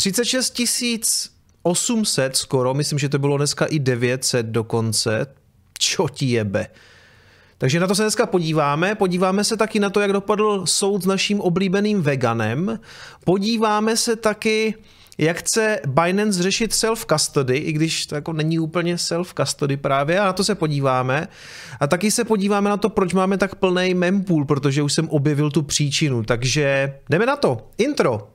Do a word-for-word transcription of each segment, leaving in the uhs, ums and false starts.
třicet šest tisíc osm set skoro, myslím, že to bylo dneska i devět set dokonce. Čo ti jebe. Takže na to se dneska podíváme. Podíváme se taky na to, jak dopadl soud s naším oblíbeným veganem. Podíváme se taky, jak chce Binance řešit self-custody, i když to jako není úplně self-custody právě, a na to se podíváme. A taky se podíváme na to, proč máme tak plný mempool, protože už jsem objevil tu příčinu. Takže jdeme na to. Intro.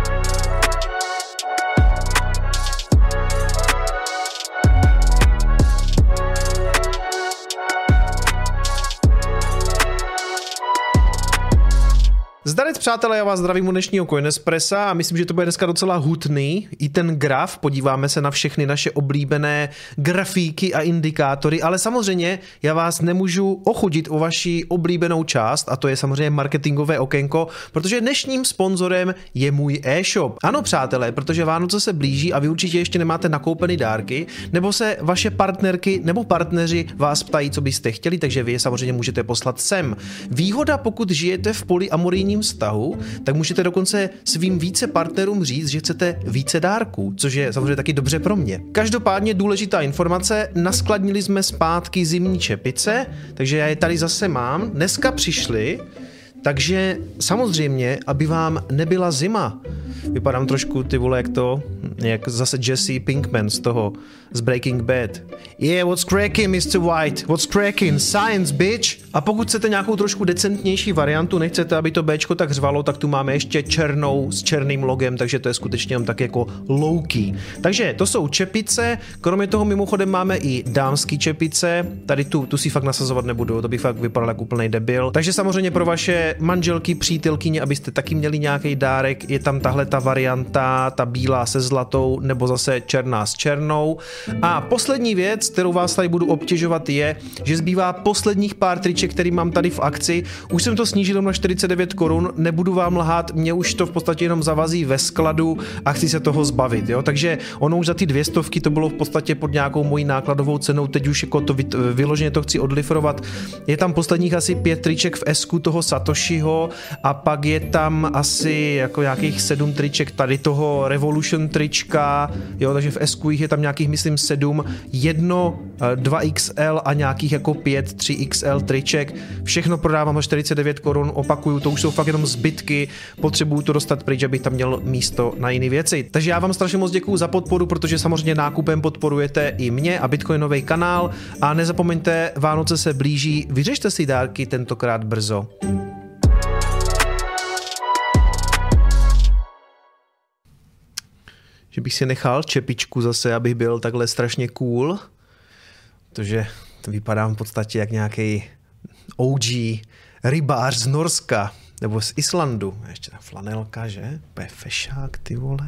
Zdarec přátelé, já vás zdravím u dnešního Coinespressa a myslím, že to bude dneska docela hutný. I ten graf, podíváme se na všechny naše oblíbené grafíky a indikátory, ale samozřejmě já vás nemůžu ochudit o vaši oblíbenou část a to je samozřejmě marketingové okénko, protože dnešním sponzorem je můj e-shop. Ano přátelé, protože Vánoce se blíží a vy určitě ještě nemáte nakoupený dárky, nebo se vaše partnerky nebo partneři vás ptají, co byste chtěli, takže vy je samozřejmě můžete poslat sem. Výhoda, pokud žijete v polyamorijním vztahu, tak můžete dokonce svým více partnerům říct, že chcete více dárků, což je samozřejmě taky dobře pro mě. Každopádně důležitá informace, naskladnili jsme zpátky zimní čepice, takže já je tady zase mám. Dneska přišli, takže samozřejmě, aby vám nebyla zima. Vypadám trošku, ty vole, jak to, jak zase Jesse Pinkman z toho, z Breaking Bad. Yeah, what's cracking, mister White? What's cracking? Science, bitch! A pokud chcete nějakou trošku decentnější variantu, nechcete, aby to Bčko tak řvalo, tak tu máme ještě černou s černým logem, takže to je skutečně tak jako low-key. Takže to jsou čepice, kromě toho mimochodem máme i dámský čepice, tady tu, tu si fakt nasazovat nebudu, to by fakt vypadal jako úplnej debil. Takže samozřejmě pro vaše manželky, přítelkyně, abyste taky měli nějaký dárek, je tam tahle ta varianta, ta bílá se zlatou, nebo zase černá s černou. A poslední věc, kterou vás tady budu obtěžovat, je, že zbývá posledních pár triček, který mám tady v akci. Už jsem to snížil na čtyřicet devět korun, nebudu vám lhát, mě už to v podstatě jenom zavazí ve skladu a chci se toho zbavit, jo. Takže ono už za ty dvě stovky to bylo v podstatě pod nějakou mojí nákladovou cenou, teď už jako to vyloženě to chci odlifrovat. Je tam posledních asi pět triček v esku toho Satoshiho a pak je tam asi jako nějakých sedm triček tady toho Revolution trička, jo, takže v esku jich je tam nějakých, myslím, sedm, jedno, dva X L a nějakých jako pět, tři X L triček. Všechno prodávám za čtyřicet devět korun, opakuju, to už jsou fakt jenom zbytky, potřebuju to dostat pryč, abych tam měl místo na jiné věci. Takže já vám strašně moc děkuju za podporu, protože samozřejmě nákupem podporujete i mě a Bitcoinový kanál a nezapomeňte, Vánoce se blíží, vyřešte si dárky tentokrát brzo. Že bych si nechal čepičku zase, abych byl takhle strašně cool, protože to vypadám v podstatě jak nějaký O G rybář z Norska, nebo z Islandu. Ještě ta flanelka, že? Úplně fešák, ty vole.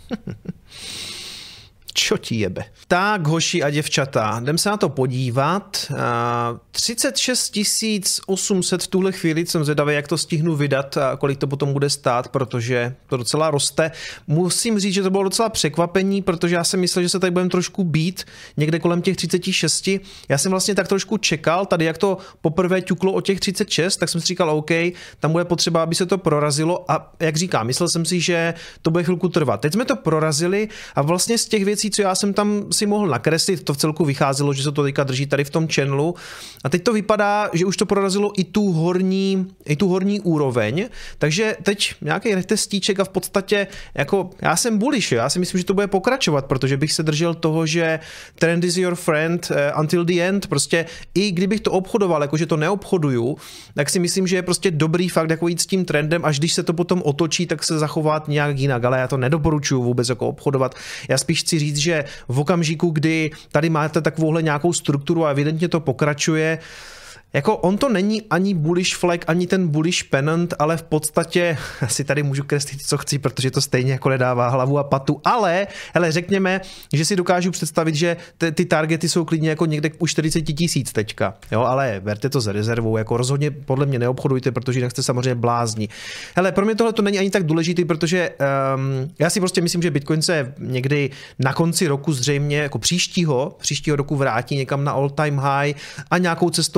Čo ti jebe? Tak, hoši a děvčata, jdem se na to podívat. třicet šest tisíc osm set v tuhle chvíli, jsem zvědavý, jak to stihnu vydat a kolik to potom bude stát, protože to docela roste. Musím říct, že to bylo docela překvapení, protože já jsem myslel, že se tady budeme trošku být někde kolem těch třicet šest. Já jsem vlastně tak trošku čekal, tady jak to poprvé ťuklo o těch třicet šest, tak jsem si říkal, OK, tam bude potřeba, aby se to prorazilo a jak říkám, myslel jsem si, že to bude chvilku trvat. Teď jsme to prorazili a vlastně z těch věcí, co já jsem tam si mohl nakreslit, to v celku vycházelo, že se to teďka drží tady v tom channelu. A teď to vypadá, že už to prorazilo i tu horní, i tu horní úroveň, takže teď nějaký retestíček a v podstatě jako já jsem bullish, já si myslím, že to bude pokračovat, protože bych se držel toho, že trend is your friend until the end, prostě i kdybych to obchodoval, jakože to neobchoduju, tak si myslím, že je prostě dobrý fakt jako jít s tím trendem, až když se to potom otočí, tak se zachovat nějak jinak, ale já to nedoporučuju vůbec jako obchodovat. Já spíš chci říct, že v okamžiku, kdy tady máte takovouhle nějakou strukturu a evidentně to pokračuje, jako on to není ani bullish flag, ani ten bullish pennant, ale v podstatě si tady můžu kreslit, co chci, protože to stejně jako nedává hlavu a patu, ale hele, řekněme, že si dokážu představit, že ty, ty targety jsou klidně jako někde u čtyřicet tisíc teďka, jo, ale berte to za rezervou, jako rozhodně podle mě neobchodujte, protože jinak jste samozřejmě blázni. Hele, pro mě tohle to není ani tak důležitý, protože um, já si prostě myslím, že Bitcoin se někdy na konci roku zřejmě jako příštího, příštího roku vrátí někam na all time high a nějakou cestou mi tam jako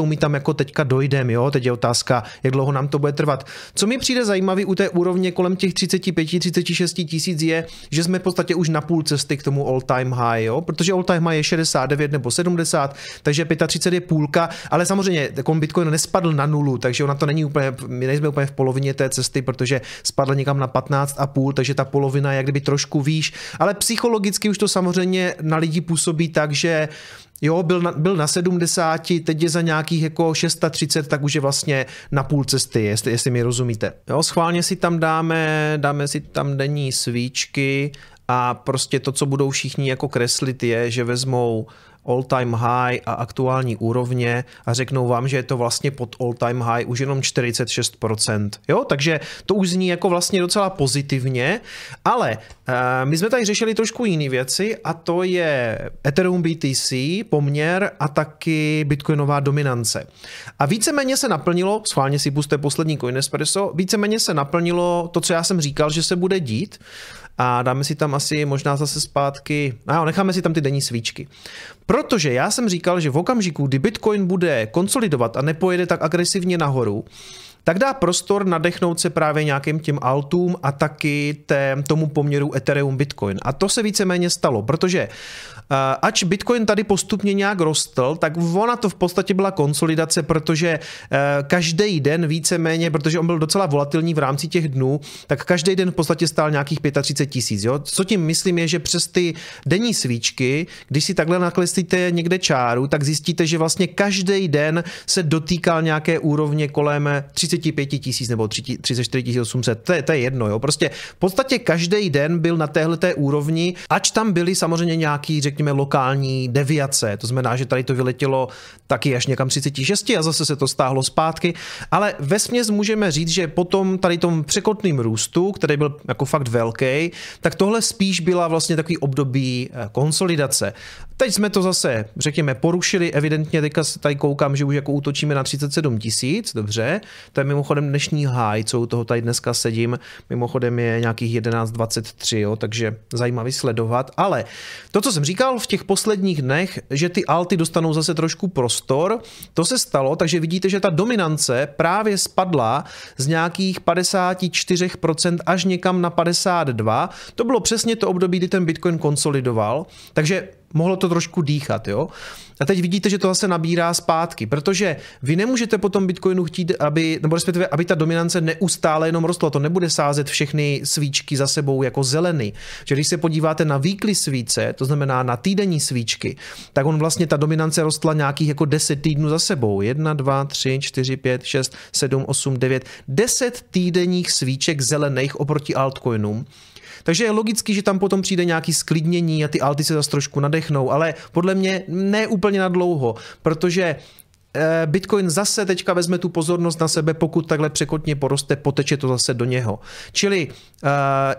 jako teďka dojdeme, jo, teď je otázka, jak dlouho nám to bude trvat. Co mi přijde zajímavý u té úrovně kolem těch třicet pět třicet šest tisíc je, že jsme v podstatě už na půl cesty k tomu all time high, jo, protože all time high je šedesát devět nebo sedmdesát, takže třicet pět je půlka, ale samozřejmě Bitcoin nespadl na nulu, takže ona to není úplně, my nejsme úplně v polovině té cesty, protože spadl někam na patnáct a půl, takže ta polovina je jak kdyby trošku výš, ale psychologicky už to samozřejmě na lidi působí tak, že jo, byl na, byl na sedmdesáti, teď je za nějakých jako třicet šest, tak už je vlastně na půl cesty, jestli, jestli mi rozumíte. Jo, schválně si tam dáme, dáme si tam denní svíčky a prostě to, co budou všichni jako kreslit, je, že vezmou all time high a aktuální úrovně a řeknou vám, že je to vlastně pod all time high už jenom čtyřicet šest procent. Jo, takže to už zní jako vlastně docela pozitivně, ale uh, my jsme tady řešili trošku jiné věci a to je Ethereum B T C, poměr a taky bitcoinová dominance. A víceméně se naplnilo, schválně si puste poslední Coinespresso, víceméně se naplnilo to, co já jsem říkal, že se bude dít. A dáme si tam asi možná zase zpátky, no, necháme si tam ty denní svíčky. Protože já jsem říkal, že v okamžiku, kdy Bitcoin bude konsolidovat a nepojede tak agresivně nahoru, tak dá prostor nadechnout se právě nějakým těm altům a taky té, tomu poměru Ethereum Bitcoin. A to se víceméně stalo, protože uh, ač Bitcoin tady postupně nějak rostl, tak ona to v podstatě byla konsolidace, protože uh, každý den víceméně, protože on byl docela volatilní v rámci těch dnů, tak každý den v podstatě stál nějakých třicet pět tisíc. Jo? Co tím myslím je, že přes ty denní svíčky, když si takhle nakreslíte někde čáru, tak zjistíte, že vlastně každý den se dotýkal nějaké úrovně kolem třicet pět tisíc nebo třicet čtyři tisíc osm set, to je, to je jedno, jo. Prostě v podstatě každý den byl na téhleté úrovni, ač tam byly samozřejmě nějaký, řekněme, lokální deviace, to znamená, že tady to vyletělo taky až někam třicet šest a zase se to stáhlo zpátky, ale vesměs můžeme říct, že potom tady tom překotným růstu, který byl jako fakt velký, tak tohle spíš byla vlastně takový období konsolidace. Teď jsme to zase, řekněme, porušili, evidentně teďka tady koukám, že už jako útočíme na třicet sedm tisíc, dobře, to je mimochodem dnešní high, co u toho tady dneska sedím, mimochodem je nějakých jedenáct dvacet tři, jo, takže zajímavý sledovat, ale to, co jsem říkal v těch posledních dnech, že ty alty dostanou zase trošku prostor, to se stalo, takže vidíte, že ta dominance právě spadla z nějakých padesát čtyři procent až někam na padesát dva, to bylo přesně to období, kdy ten Bitcoin konsolidoval, takže mohlo to trošku dýchat, jo. A teď vidíte, že to zase nabírá zpátky, protože vy nemůžete potom Bitcoinu chtít, aby, nebo respektive, aby ta dominance neustále jenom rostla, to nebude sázet všechny svíčky za sebou jako zelený. Že když se podíváte na weekly svíce, to znamená na týdenní svíčky, tak on vlastně ta dominance rostla nějakých jako deset týdnů za sebou. jedna, dva, tři, čtyři, pět, šest, sedm, osm, devět, deset týdenních svíček zelených oproti altcoinům. Takže je logický, že tam potom přijde nějaký sklidnění a ty alty se zase trošku nadechnou, ale podle mě ne úplně na dlouho, protože Bitcoin zase teďka vezme tu pozornost na sebe, pokud takhle překotně poroste, poteče to zase do něho. Čili uh,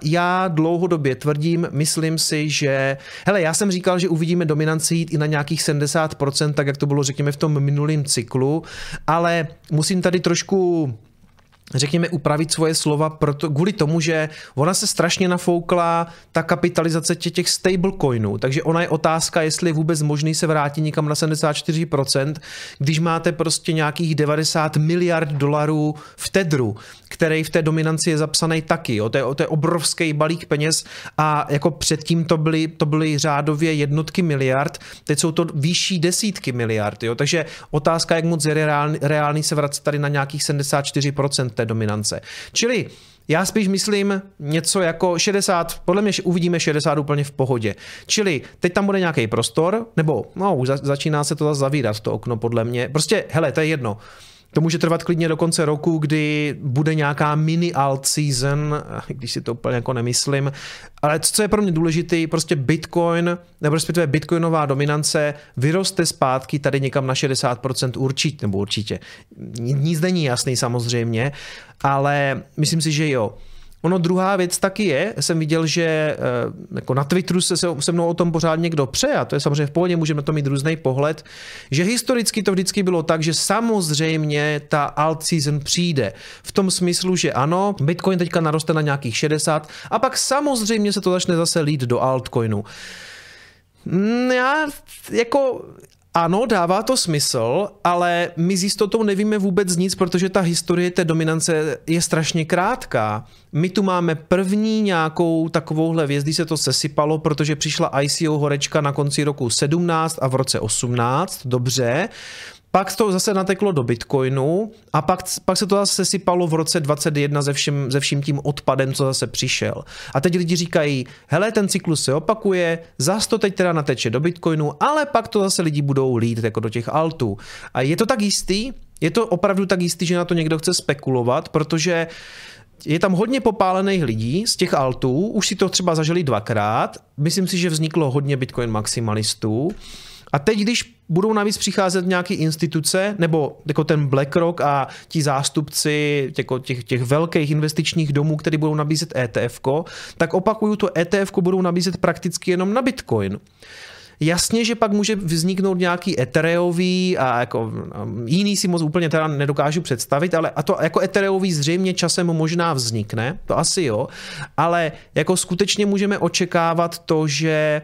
já dlouhodobě tvrdím, myslím si, že... Hele, já jsem říkal, že uvidíme dominanci jít i na nějakých sedmdesát procent, tak jak to bylo, řekněme, v tom minulém cyklu, ale musím tady trošku... řekněme, upravit svoje slova proto, kvůli tomu, že ona se strašně nafoukla, ta kapitalizace těch stablecoinů, takže ona je otázka, jestli je vůbec možný se vrátit někam na sedmdesát čtyři procent, když máte prostě nějakých devadesát miliard dolarů v Tethru, který v té dominanci je zapsaný taky, jo? To je, to je obrovský balík peněz a jako předtím to byly, to byly řádově jednotky miliard, teď jsou to výšší desítky miliard, jo? Takže otázka, jak moc je reálný, reálný se vracet tady na nějakých sedmdesát čtyři procent té dominance. Čili já spíš myslím něco jako šedesát, podle mě uvidíme šedesát úplně v pohodě. Čili teď tam bude nějaký prostor, nebo no, už začíná se to zase zavírat, to okno podle mě. Prostě, hele, to je jedno. To může trvat klidně do konce roku, kdy bude nějaká mini alt season, když si to úplně jako nemyslím. Ale co je pro mě důležitý, prostě Bitcoin, nebo respektive Bitcoinová dominance vyroste zpátky tady někam na šedesát procent určitě, nebo určitě. Nic není jasný samozřejmě, ale myslím si, že jo. Ono druhá věc taky je, jsem viděl, že jako na Twitteru se se mnou o tom pořád někdo pře, a to je samozřejmě v pohodě, můžeme na to mít různý pohled, že historicky to vždycky bylo tak, že samozřejmě ta alt season přijde. V tom smyslu, že ano, Bitcoin teďka naroste na nějakých šedesát a pak samozřejmě se to začne zase lít do altcoinu. Já jako... Ano, dává to smysl, ale my s jistotou nevíme vůbec nic, protože ta historie té dominance je strašně krátká. My tu máme první nějakou takovouhle věc, kdy se to sesypalo, protože přišla I C O horečka na konci roku sedmnáct a v roce osmnáct, dobře. Pak to zase nateklo do Bitcoinu a pak, pak se to zase sesypalo v roce dvacet jedna se vším, se vším tím odpadem, co zase přišel. A teď lidi říkají, hele, ten cyklus se opakuje, zase to teď teda nateče do Bitcoinu, ale pak to zase lidi budou lít jako do těch altů. A je to tak jistý? Je to opravdu tak jistý, že na to někdo chce spekulovat, protože je tam hodně popálených lidí z těch altů, už si to třeba zažili dvakrát, myslím si, že vzniklo hodně Bitcoin maximalistů. A teď, když budou navíc přicházet nějaké instituce, nebo jako ten BlackRock a ti zástupci jako těch, těch velkých investičních domů, který budou nabízet E T F ko, tak opakuju, to E T F ko budou nabízet prakticky jenom na Bitcoin. Jasně, že pak může vzniknout nějaký ethereový a jako jiný si moc úplně teda nedokážu představit, ale a to jako ethereový zřejmě časem možná vznikne, to asi jo, ale jako skutečně můžeme očekávat to, že,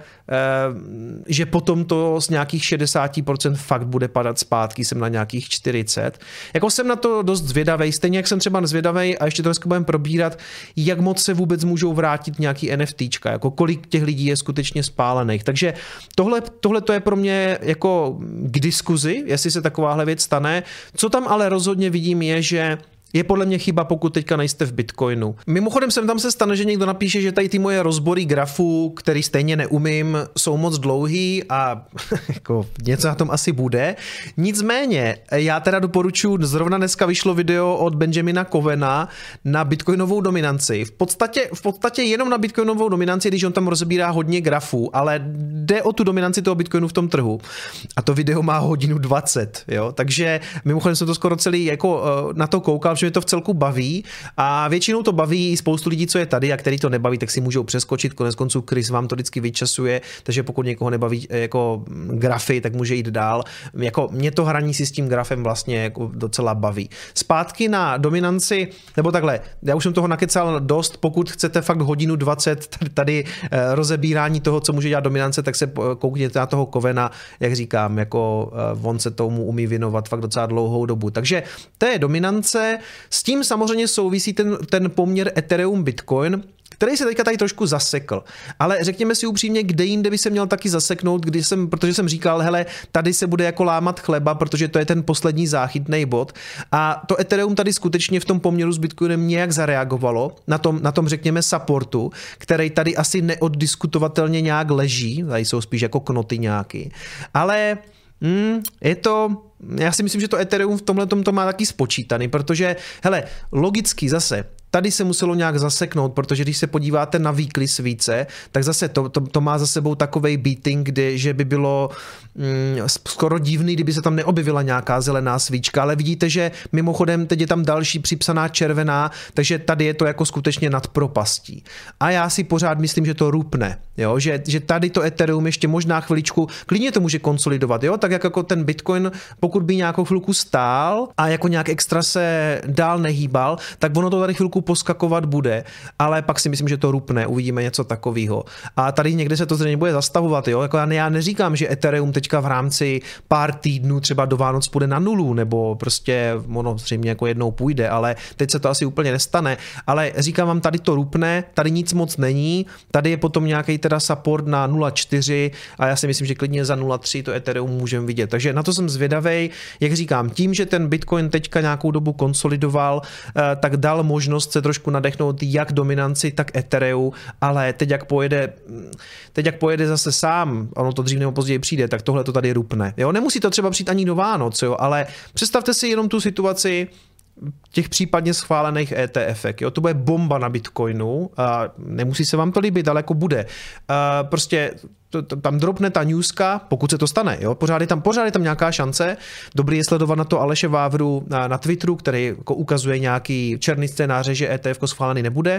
že potom to z nějakých šedesát procent fakt bude padat zpátky, jsem na nějakých čtyřicet procent. Jako jsem na to dost zvědavej, stejně jak jsem třeba zvědavej a ještě to dneska budeme probírat, jak moc se vůbec můžou vrátit nějaký NFTčka, jako kolik těch lidí je skutečně spálených. Takže to Tohle, tohle to je pro mě jako k diskuzi, jestli se takováhle věc stane. Co tam ale rozhodně vidím je, že je podle mě chyba, pokud teďka nejste v Bitcoinu. Mimochodem sem tam se stane, že někdo napíše, že tady ty moje rozbory grafů, který stejně neumím, jsou moc dlouhý a jako něco na tom asi bude. Nicméně, já teda doporučuji, zrovna dneska vyšlo video od Benjamina Covena na bitcoinovou dominanci. V podstatě, v podstatě jenom na bitcoinovou dominanci, když on tam rozebírá hodně grafů, ale jde o tu dominanci toho Bitcoinu v tom trhu. A to video má hodinu dvacet, jo? Takže mimochodem jsem to skoro celý jako na to koukal, že mě to v celku baví a většinou to baví i spoustu lidí, co je tady a který to nebaví, tak si můžou přeskočit, konec konců Chris vám to vždycky vyčasuje, takže pokud někoho nebaví jako grafy, tak může jít dál. Jako mě to hraní si s tím grafem vlastně jako docela baví. Zpátky na dominanci, nebo takhle, já už jsem toho nakecal dost, pokud chcete fakt hodinu dvacet tady rozebírání toho, co může dělat dominance, tak se koukněte na toho Covena, jak říkám, jako on se tomu umí věnovat fakt docela dlouhou dobu. Takže to je dominance. S tím samozřejmě souvisí ten, ten poměr Ethereum-Bitcoin, který se teďka tady trošku zasekl. Ale řekněme si upřímně, kde jinde by se měl taky zaseknout, když jsem, protože jsem říkal, hele, tady se bude jako lámat chleba, protože to je ten poslední záchytný bod. A to Ethereum tady skutečně v tom poměru s Bitcoinem nějak zareagovalo, na tom, na tom řekněme supportu, který tady asi neoddiskutovatelně nějak leží, tady jsou spíš jako knoty nějaký. Ale Hmm, je to, já si myslím, že to Ethereum v tomhle to má taky spočítaný, protože, hele, logicky zase, tady se muselo nějak zaseknout, protože když se podíváte na weekly svíce, tak zase to, to, to má za sebou takovej beating, kde, že by bylo mm, skoro divný, kdyby se tam neobjevila nějaká zelená svíčka, ale vidíte, že mimochodem teď je tam další připsaná červená, takže tady je to jako skutečně nad propastí. A já si pořád myslím, že to rupne, jo? Že, že tady to Ethereum ještě možná chviličku, klidně to může konsolidovat, jo? Tak jako ten Bitcoin, pokud by nějakou chvilku stál a jako nějak extra se dál nehýbal, tak ono to tady chvilku poskakovat bude, ale pak si myslím, že to rupne, uvidíme něco takového. A tady někde se to zřejmě bude zastavovat, jo? Jako já neříkám, že Ethereum teďka v rámci pár týdnů třeba do Vánoc půjde na nulu, nebo prostě ono zřejmě jako jednou půjde, ale teď se to asi úplně nestane, ale říkám vám, tady to rupne, tady nic moc není, tady je potom nějaký teda support na nula celá čtyři a já si myslím, že klidně za nula celá tři to Ethereum můžeme vidět. Takže na to jsem zvědavej, jak říkám, tím, že ten Bitcoin teďka nějakou dobu konsolidoval, tak dal možnost se trošku nadechnout jak dominanci, tak Ethereum, ale teď jak pojede, teď jak pojede zase sám, ono to dřív nebo později přijde, tak tohle to tady rupne. Jo? Nemusí to třeba přijít ani do Vánoc, jo? Ale představte si jenom tu situaci těch případně schválených E T F ek. Jo? To bude bomba na Bitcoinu, a nemusí se vám to líbit, ale jako bude. A prostě to, to, tam dropne ta newska, pokud se to stane. Jo? Pořád, je tam, pořád je tam nějaká šance. Dobrý je sledovat na to Aleše Vávru na, na Twitteru, který jako ukazuje nějaký černý scénáře, že E T F ko schválený nebude.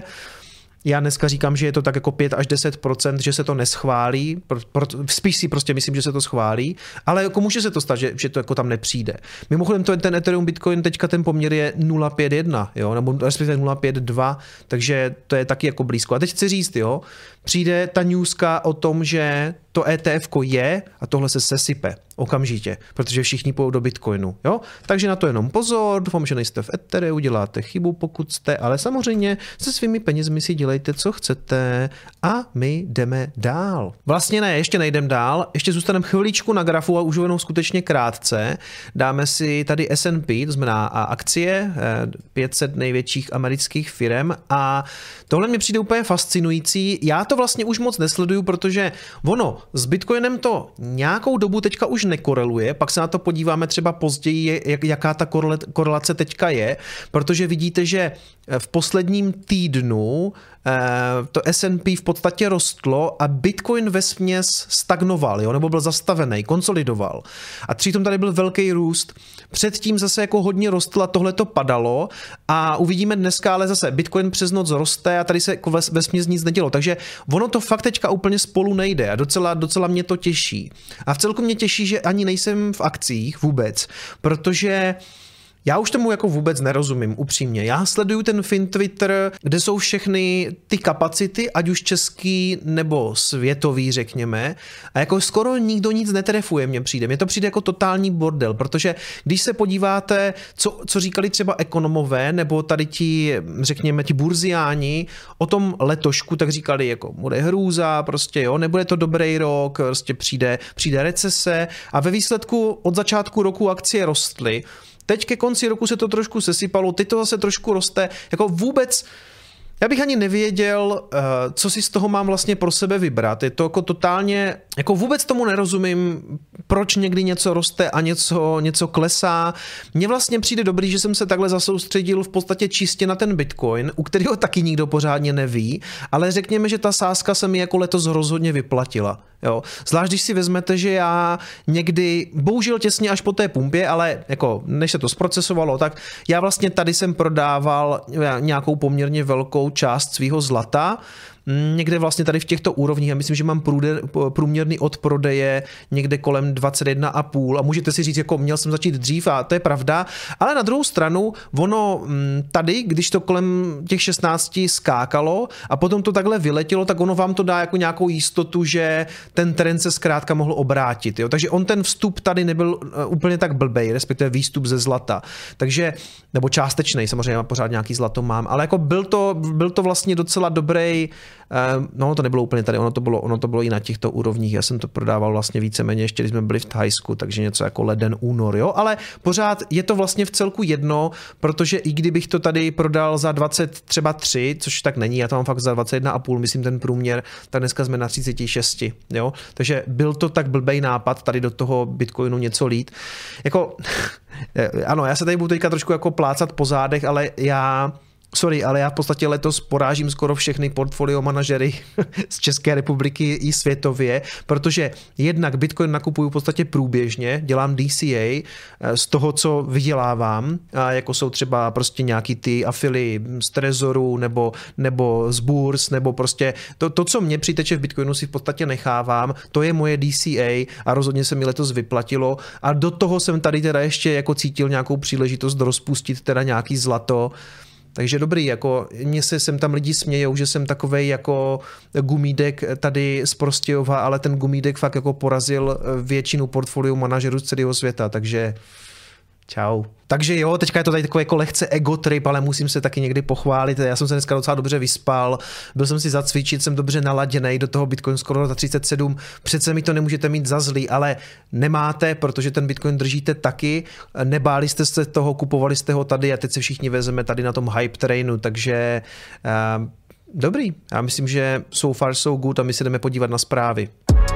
Já dneska říkám, že je to tak jako pět až deset procent, že se to neschválí, pro, pro, spíš si prostě myslím, že se to schválí, ale jako může se to stát, že, že to jako tam nepřijde. Mimochodem to, ten Ethereum Bitcoin teďka ten poměr je nula celá pět jedna, jo, nebo respektive nula celá pět dva, takže to je taky jako blízko. A teď chci říct, jo, přijde ta newska o tom, že to E T F je a tohle se sesype okamžitě, protože všichni půjdou do Bitcoinu. Jo? Takže na to jenom pozor, doufám, že nejste v Ethereu, uděláte chybu, pokud jste, ale samozřejmě se svými penězmi si dělejte, co chcete a my jdeme dál. Vlastně ne, ještě nejdem dál, ještě zůstaneme chviličku na grafu a už jenom skutečně krátce. Dáme si tady S and P, to znamená akcie pět set největších amerických firm a tohle mě přijde úplně fascinující. Já to vlastně už moc nesleduju, protože ono s Bitcoinem to nějakou dobu teďka už nekoreluje, pak se na to podíváme třeba později, jak, jaká ta korelace teďka je, protože vidíte, že v posledním týdnu to S and P v podstatě rostlo a Bitcoin vesměs stagnoval, jo, nebo byl zastavený, konsolidoval. A přitom tady byl velký růst. Předtím zase jako hodně rostl a tohle to padalo a uvidíme dneska, ale zase Bitcoin přes noc roste a tady se jako vesměs nic nedělo. Takže ono to fakt teďka úplně spolu nejde a docela, docela mě to těší. A v celku mě těší, že ani nejsem v akcích vůbec, protože já už tomu jako vůbec nerozumím, upřímně. Já sleduju ten FinTwitter, kde jsou všechny ty kapacity, ať už český nebo světový, řekněme. A jako skoro nikdo nic netrefuje, mně přijde. Mně to přijde jako totální bordel, protože když se podíváte, co, co říkali třeba ekonomové, nebo tady ti, řekněme, ti burziáni o tom letošku, tak říkali, jako bude hrůza, prostě jo, nebude to dobrý rok, prostě přijde, přijde recese a ve výsledku od začátku roku akcie rostly. Teď ke konci roku se to trošku sesypalo, teď to zase trošku roste, jako vůbec, já bych ani nevěděl, co si z toho mám vlastně pro sebe vybrat, je to jako totálně, jako vůbec tomu nerozumím, proč někdy něco roste a něco, něco klesá. Mně vlastně přijde dobrý, že jsem se takhle zasoustředil v podstatě čistě na ten Bitcoin, u kterého taky nikdo pořádně neví, ale řekněme, že ta sázka se mi jako letos rozhodně vyplatila. Jo. Zvlášť, když si vezmete, že já někdy, bohužel těsně až po té pumpě, ale jako než se to zprocesovalo, tak já vlastně tady jsem prodával nějakou poměrně velkou část svého zlata, někde vlastně tady v těchto úrovních, já myslím, že mám průměrný odprodeje někde kolem dvacet jedna a půl a můžete si říct, jako měl jsem začít dřív a to je pravda, ale na druhou stranu ono tady, když to kolem těch šestnácti skákalo a potom to takhle vyletělo, tak ono vám to dá jako nějakou jistotu, že ten trend se zkrátka mohl obrátit, jo? Takže on ten vstup tady nebyl úplně tak blbej, respektive výstup ze zlata, takže, nebo částečnej, samozřejmě já pořád nějaký zlato mám, ale jako byl to, byl to vlastně docela dobrý. No, to nebylo úplně tady, ono to bylo, ono to bylo i na těchto úrovních, já jsem to prodával vlastně víceméně ještě, když jsme byli v Thajsku, takže něco jako leden, únor, jo, ale pořád je to vlastně v celku jedno, protože i kdybych to tady prodal za dvacet třeba tři, což tak není, já to mám fakt za dvacet jedna a půl, myslím ten průměr, tak dneska jsme na třicet šest, jo, takže byl to tak blbej nápad tady do toho Bitcoinu něco lít, jako, ano, já se tady budu teďka trošku jako plácat po zádech, ale já Sorry, ale já v podstatě letos porážím skoro všechny portfolio manažery z České republiky i světově, protože jednak Bitcoin nakupuju v podstatě průběžně, dělám D C A z toho, co vydělávám, a jako jsou třeba prostě nějaký ty afily z Trezoru nebo, nebo z Burs, nebo prostě to, to, co mě přiteče v Bitcoinu, si v podstatě nechávám, to je moje D C A a rozhodně se mi letos vyplatilo a do toho jsem tady teda ještě jako cítil nějakou příležitost rozpustit teda nějaký zlato. Takže dobrý, jako mně se sem tam lidi smějou, že jsem takovej jako gumídek tady z Prostějova, ale ten gumídek fakt jako porazil většinu portfolio manažerů z celého světa, takže čau. Takže jo, teďka je to tady takový jako lehce ego trip, ale musím se taky někdy pochválit. Já jsem se dneska docela dobře vyspal, byl jsem si zacvičit, jsem dobře naladěnej, do toho Bitcoin skoro za třicet sedm. Přece mi to nemůžete mít za zlý, ale nemáte, protože ten Bitcoin držíte taky. Nebáli jste se toho, kupovali jste ho tady a teď se všichni vezeme tady na tom hype trainu, takže uh, dobrý. Já myslím, že so far so good a my se jdeme podívat na zprávy.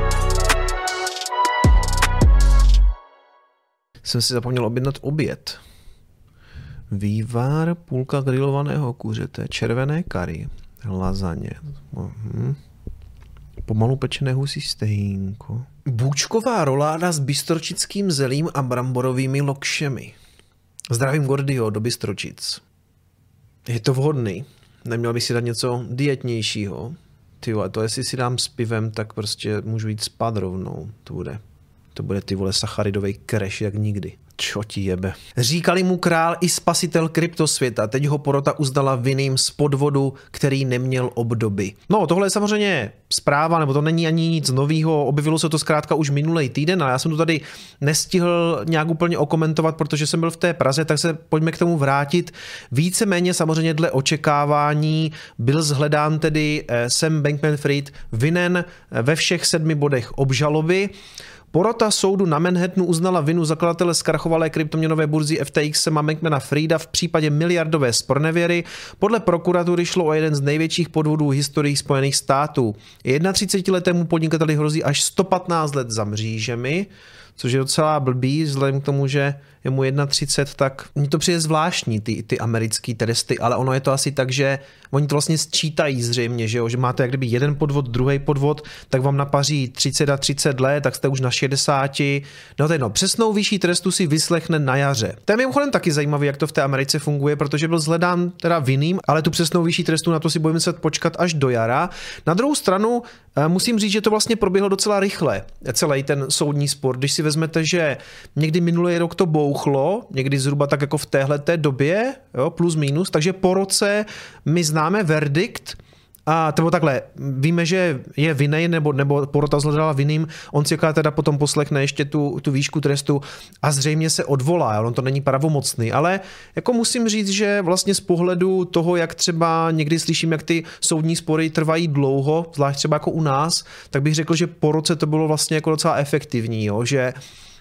Jsem si zapomněl objednat oběd. Vývar, půlka grilovaného kuřete, červené kary, lazaně, uhum. Pomalu pečené husí stehínko. Bůčková roláda s bystročickým zelím a bramborovými lokšemi. Zdravím Gordyho do Bystročic. Je to vhodný. Neměl bych si dát něco dietnějšího. Tyjo, a to jestli si dám s pivem, tak prostě můžu jít spát rovnou. To bude. To bude ty vole sacharidovej crash jak nikdy. Čo ti jebe. Říkali mu král i spasitel kryptosvěta, teď ho porota uznala vinným z podvodu, který neměl obdoby. No, tohle je samozřejmě zpráva, nebo to není ani nic novýho, objevilo se to zkrátka už minulý týden, ale já jsem to tady nestihl nějak úplně okomentovat, protože jsem byl v té Praze, tak se pojďme k tomu vrátit. Víceméně samozřejmě dle očekávání byl shledán tedy Sam Bankman-Fried vinen ve všech sedmi bodech obžaloby. Porota soudu na Manhattanu uznala vinu zakladatele zkrachovalé kryptoměnové burzy F T X Sama Bankmana-Frieda v případě miliardové zpronevěry. Podle prokuratury šlo o jeden z největších podvodů v historii Spojených států. třicetiletému podnikateli hrozí až sto patnáct let za mřížemi, což je docela blbý, vzhledem k tomu, že je mu třicet jedna, tak mně to přijde zvláštní, ty, ty americký tresty, ale ono je to asi tak, že oni to vlastně sčítají zřejmě, že, jo? Že máte jak kdyby jeden podvod, druhý podvod, tak vám napaří třicet a třicet let, tak jste už na šedesáti. No to je no, přesnou výši trestu si vyslechne na jaře. To je mimochodem taky zajímavé, jak to v té Americe funguje, protože byl shledán teda vinným, ale tu přesnou výši trestu na to si budeme muset počkat až do jara. Na druhou stranu musím říct, že to vlastně proběhlo docela rychle, celý ten soudní spor. Když si vezmete, že někdy minulý rok to bouchlo, někdy zhruba tak jako v téhleté době, jo, plus minus, takže po roce my známe verdikt, a nebo takhle, víme, že je vinnej, nebo, nebo porota zhledala vinným, on si teda potom poslechne ještě tu, tu výšku trestu a zřejmě se odvolá, on to není pravomocný, ale jako musím říct, že vlastně z pohledu toho, jak třeba někdy slyším, jak ty soudní spory trvají dlouho, zvlášť třeba jako u nás, tak bych řekl, že po roce to bylo vlastně jako docela efektivní, jo, že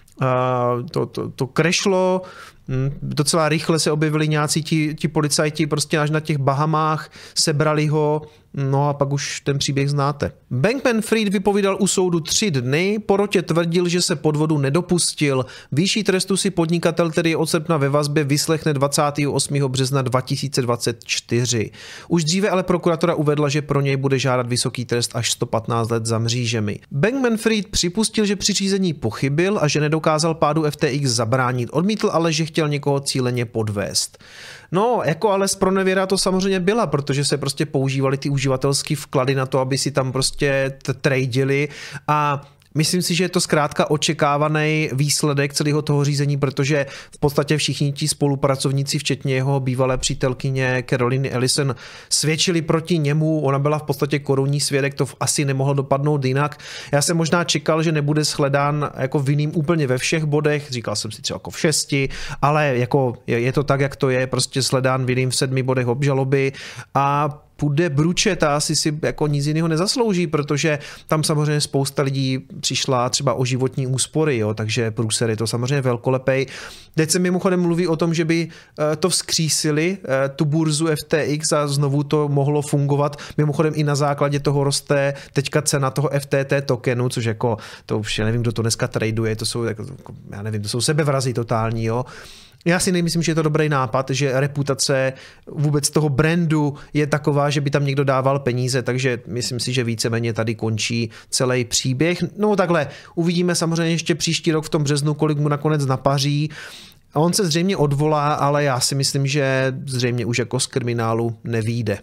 Uh, to, to, to crashlo, docela rychle se objevili nějací ti, ti policajti prostě až na těch Bahamách, sebrali ho, no a pak už ten příběh znáte. Bankman-Fried vypovídal u soudu tři dny, porotě tvrdil, že se podvodu nedopustil. Výši trestu si podnikatel, který je od srpna ve vazbě, vyslechne dvacátého osmého března dva tisíce dvacet čtyři. Už dříve ale prokuratura uvedla, že pro něj bude žádat vysoký trest až sto patnáct let za mřížemi. Bankman-Fried připustil, že při řízení pochybil a že nedokázal pádu F T X zabránit. Odmítl ale, že chtěl někoho cíleně podvést. No, jako ale zpronevěra to samozřejmě byla, protože se prostě používali ty uživatelské vklady na to, aby si tam prostě tradili a myslím si, že je to zkrátka očekávaný výsledek celého toho řízení, protože v podstatě všichni ti spolupracovníci, včetně jeho bývalé přítelkyně Caroliny Ellison, svědčili proti němu, ona byla v podstatě korunní svědek, to asi nemohlo dopadnout jinak. Já jsem možná čekal, že nebude shledán jako vinným úplně ve všech bodech, říkal jsem si třeba jako v šesti, ale jako je, je to tak, jak to je, prostě shledán vinným v sedmi bodech obžaloby a půjde bručet a asi si jako nic jiného nezaslouží, protože tam samozřejmě spousta lidí přišla třeba o životní úspory, jo, takže průser je to samozřejmě velkolepej. Teď se mimochodem mluví o tom, že by to vzkřísili, tu burzu F T X a znovu to mohlo fungovat. Mimochodem i na základě toho roste teďka cena toho F T T tokenu, což jako, to už já nevím, kdo to dneska traduje, to jsou, jako, já nevím, to jsou sebevrazy totální, jo. Já si nemyslím, že je to dobrý nápad, že reputace vůbec toho brandu je taková, že by tam někdo dával peníze, takže myslím si, že víceméně tady končí celý příběh. No takhle, uvidíme samozřejmě ještě příští rok v tom březnu, kolik mu nakonec napaří. On se zřejmě odvolá, ale já si myslím, že zřejmě už jako z kriminálu nevyjde.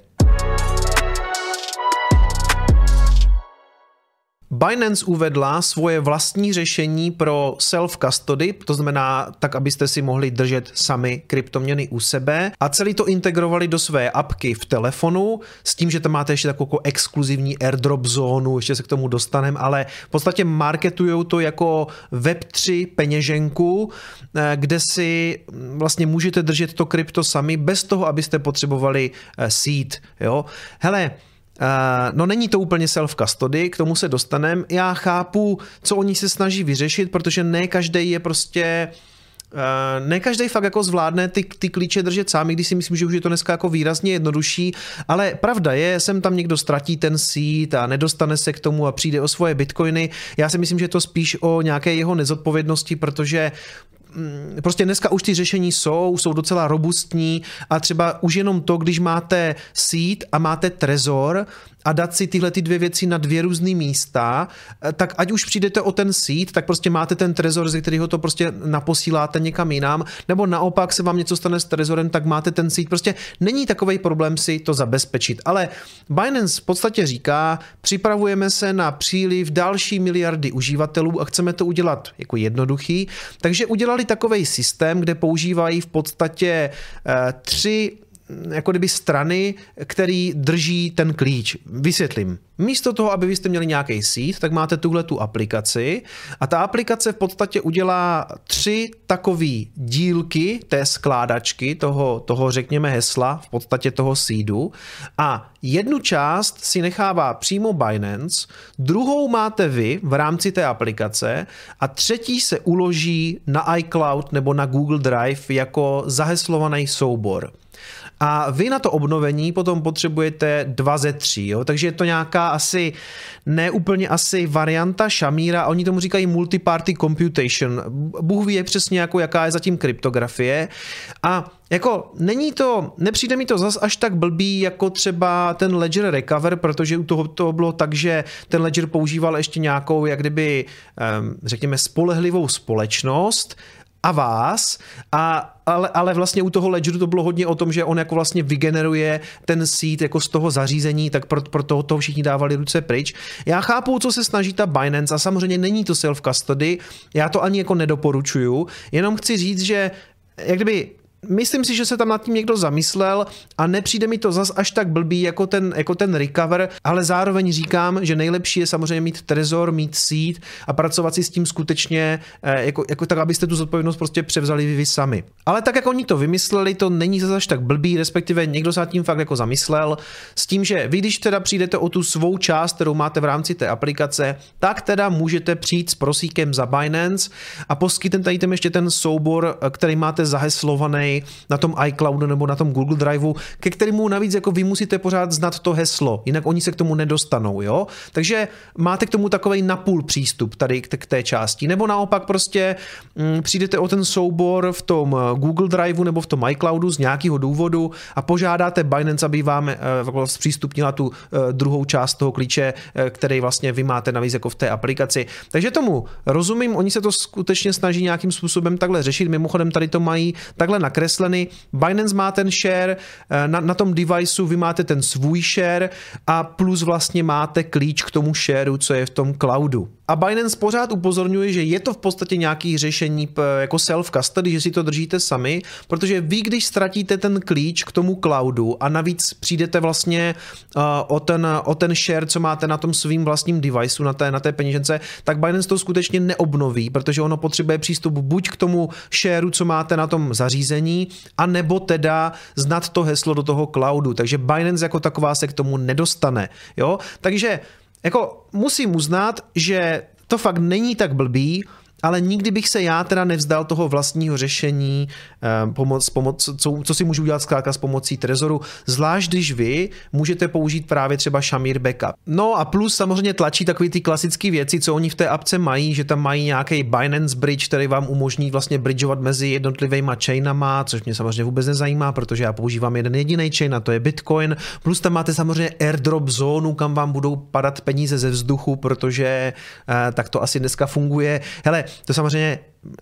Binance uvedla svoje vlastní řešení pro self-custody, to znamená tak, abyste si mohli držet sami kryptoměny u sebe a celý to integrovali do své apky v telefonu s tím, že tam máte ještě takovou exkluzivní airdrop zónu, ještě se k tomu dostaneme, ale v podstatě marketujou to jako web tři peněženku, kde si vlastně můžete držet to krypto sami bez toho, abyste potřebovali seed, jo. Hele, Uh, no není to úplně self-custody, k tomu se dostaneme. Já chápu, co oni se snaží vyřešit, protože ne každý je prostě Uh, ne každý fakt jako zvládne ty, ty klíče držet sám, když si myslím, že už je to dneska jako výrazně jednodušší, ale pravda je, sem tam někdo ztratí ten seed a nedostane se k tomu a přijde o svoje bitcoiny. Já si myslím, že je to spíš o nějaké jeho nezodpovědnosti, protože prostě dneska už ty řešení jsou, jsou docela robustní a třeba už jenom to, když máte seed a máte trezor a dát si tyhle ty dvě věci na dvě různé místa, tak ať už přijdete o ten seed, tak prostě máte ten trezor, ze kterého to prostě naposíláte někam jinam, nebo naopak se vám něco stane s trezorem, tak máte ten seed. Prostě není takovej problém si to zabezpečit. Ale Binance v podstatě říká, připravujeme se na příliv další miliardy uživatelů a chceme to udělat jako jednoduchý, takže udělali takovej systém, kde používají v podstatě uh, tři jako kdyby strany, který drží ten klíč. Vysvětlím. Místo toho, aby vy jste měli nějaký seed, tak máte tuhle tu aplikaci a ta aplikace v podstatě udělá tři takové dílky té skládačky, toho, toho řekněme hesla, v podstatě toho seedu a jednu část si nechává přímo Binance, druhou máte vy v rámci té aplikace a třetí se uloží na iCloud nebo na Google Drive jako zaheslovaný soubor. A vy na to obnovení potom potřebujete dva ze tří, jo? Takže je to nějaká asi, ne úplně asi varianta Shamira, oni tomu říkají multi-party computation. Bůh ví přesně, jako jaká je zatím kryptografie. A jako není to, nepřijde mi to zas až tak blbý jako třeba ten Ledger Recover, protože u toho to bylo tak, že ten Ledger používal ještě nějakou, jak kdyby, řekněme, spolehlivou společnost, a vás, a, ale, ale vlastně u toho Ledgeru to bylo hodně o tom, že on jako vlastně vygeneruje ten seed jako z toho zařízení, tak pro, pro toho, toho všichni dávali ruce pryč. Já chápu, co se snaží ta Binance a samozřejmě není to self-custody, já to ani jako nedoporučuju, jenom chci říct, že jak kdyby myslím si, že se tam nad tím někdo zamyslel a nepřijde mi to zas až tak blbý jako ten, jako ten recover, ale zároveň říkám, že nejlepší je samozřejmě mít trezor, mít seed a pracovat si s tím skutečně jako, jako tak, abyste tu zodpovědnost prostě převzali vy, vy sami. Ale tak, jak oni to vymysleli, to není zas až tak blbý, respektive někdo se nad tím fakt jako zamyslel s tím, že vy, když teda přijdete o tu svou část, kterou máte v rámci té aplikace, tak teda můžete přijít s prosíkem za Binance a poskytnete jim ještě ten soubor, který máte zaheslovaný na tom iCloudu nebo na tom Google Driveu, ke kterému navíc jako vy musíte pořád znát to heslo, jinak oni se k tomu nedostanou, jo? Takže máte k tomu takovej napůl přístup tady k té části, nebo naopak prostě m, přijdete o ten soubor v tom Google Driveu nebo v tom iCloudu z nějakého důvodu a požádáte Binance, aby vám e, zpřístupnila tu e, druhou část toho klíče, e, který vlastně vy máte navíc jako v té aplikaci. Takže tomu rozumím, oni se to skutečně snaží nějakým způsobem takhle řešit, mimochodem tady to mají takhle nakreslený. Binance má ten share, na, na tom deviceu vy máte ten svůj share a plus vlastně máte klíč k tomu shareu, co je v tom cloudu. A Binance pořád upozorňuje, že je to v podstatě nějaký řešení jako self-custody, že si to držíte sami, protože vy, když ztratíte ten klíč k tomu cloudu a navíc přijdete vlastně uh, o, ten, o ten share, co máte na tom svým vlastním deviceu, na té, na té peněžence, tak Binance to skutečně neobnoví, protože ono potřebuje přístup buď k tomu shareu, co máte na tom zařízení, a nebo teda znát to heslo do toho cloudu. Takže Binance jako taková se k tomu nedostane. Jo? Takže jako musím uznat, že to fakt není tak blbý, ale nikdy bych se já teda nevzdal toho vlastního řešení, pomoc, pomoc, co, co si můžu udělat zkrátka s pomocí trezoru, zvlášť když vy můžete použít právě třeba Shamir Backup. No a plus samozřejmě tlačí takový ty klasické věci, co oni v té apce mají, že tam mají nějaký Binance Bridge, který vám umožní vlastně bridgeovat mezi jednotlivýma chainama, což mě samozřejmě vůbec nezajímá, protože já používám jeden jediný chain a to je Bitcoin. Plus tam máte samozřejmě airdrop zónu, kam vám budou padat peníze ze vzduchu, protože eh, tak to asi dneska funguje. Hele, to samozřejmě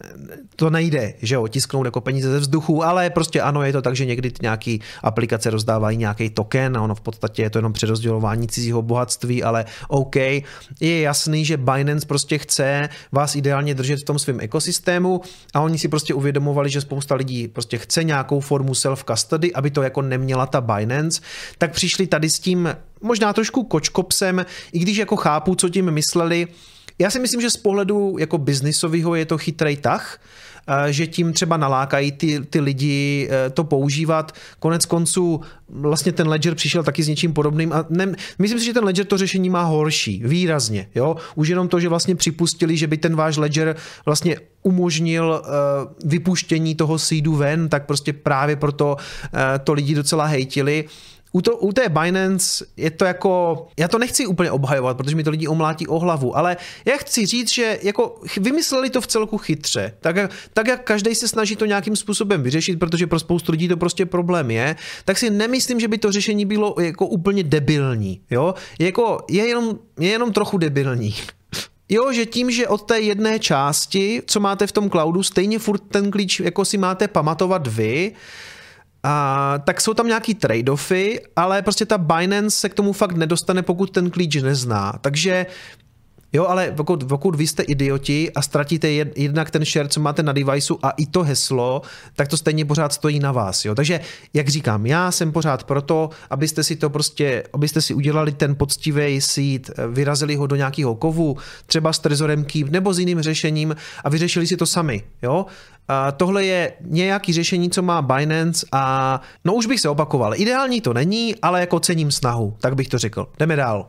to nejde, že jo, tisknout jako peníze ze vzduchu, ale prostě ano, je to tak, že někdy nějaký aplikace rozdávají nějaký token a ono v podstatě je to jenom přerozdělování cizího bohatství, ale OK. Je jasný, že Binance prostě chce vás ideálně držet v tom svém ekosystému a oni si prostě uvědomovali, že spousta lidí prostě chce nějakou formu self-custody, aby to jako neměla ta Binance, tak přišli tady s tím možná trošku kočkopsem, i když jako chápu, co tím mysleli. Já si myslím, že z pohledu jako biznisového je to chytrý tah, že tím třeba nalákají ty, ty lidi to používat. Konec konců vlastně ten Ledger přišel taky s něčím podobným a ne, myslím si, že ten Ledger to řešení má horší, výrazně. Jo? Už jenom to, že vlastně připustili, že by ten váš Ledger vlastně umožnil uh, vypuštění toho seedu ven, tak prostě právě proto uh, to lidi docela hejtili. u, to, u té Binance je to jako, já to nechci úplně obhajovat, protože mi to lidi omlátí o hlavu, ale já chci říct, že jako vymysleli to v celku chytře, tak, tak jak každý se snaží to nějakým způsobem vyřešit, protože pro spoustu lidí to prostě problém je, tak si nemyslím, že by to řešení bylo jako úplně debilní, jo, jako je jenom, je jenom trochu debilní. Jo, že tím, že od té jedné části, co máte v tom cloudu, stejně furt ten klíč jako si máte pamatovat vy, a tak jsou tam nějaký trade-offy, ale prostě ta Binance se k tomu fakt nedostane, pokud ten klíč nezná. Takže jo, ale pokud, pokud vy jste idioti a ztratíte jed, jednak ten share, co máte na deviceu a i to heslo, tak to stejně pořád stojí na vás. Jo? Takže, jak říkám, já jsem pořád proto, abyste si to prostě, abyste si udělali ten poctivý seed, vyrazili ho do nějakého kovu, třeba s Trezorem Keep nebo s jiným řešením a vyřešili si to sami. Jo? A tohle je nějaký řešení, co má Binance a no už bych se opakoval. Ideální to není, ale jako cením snahu, tak bych to řekl. Jdeme dál.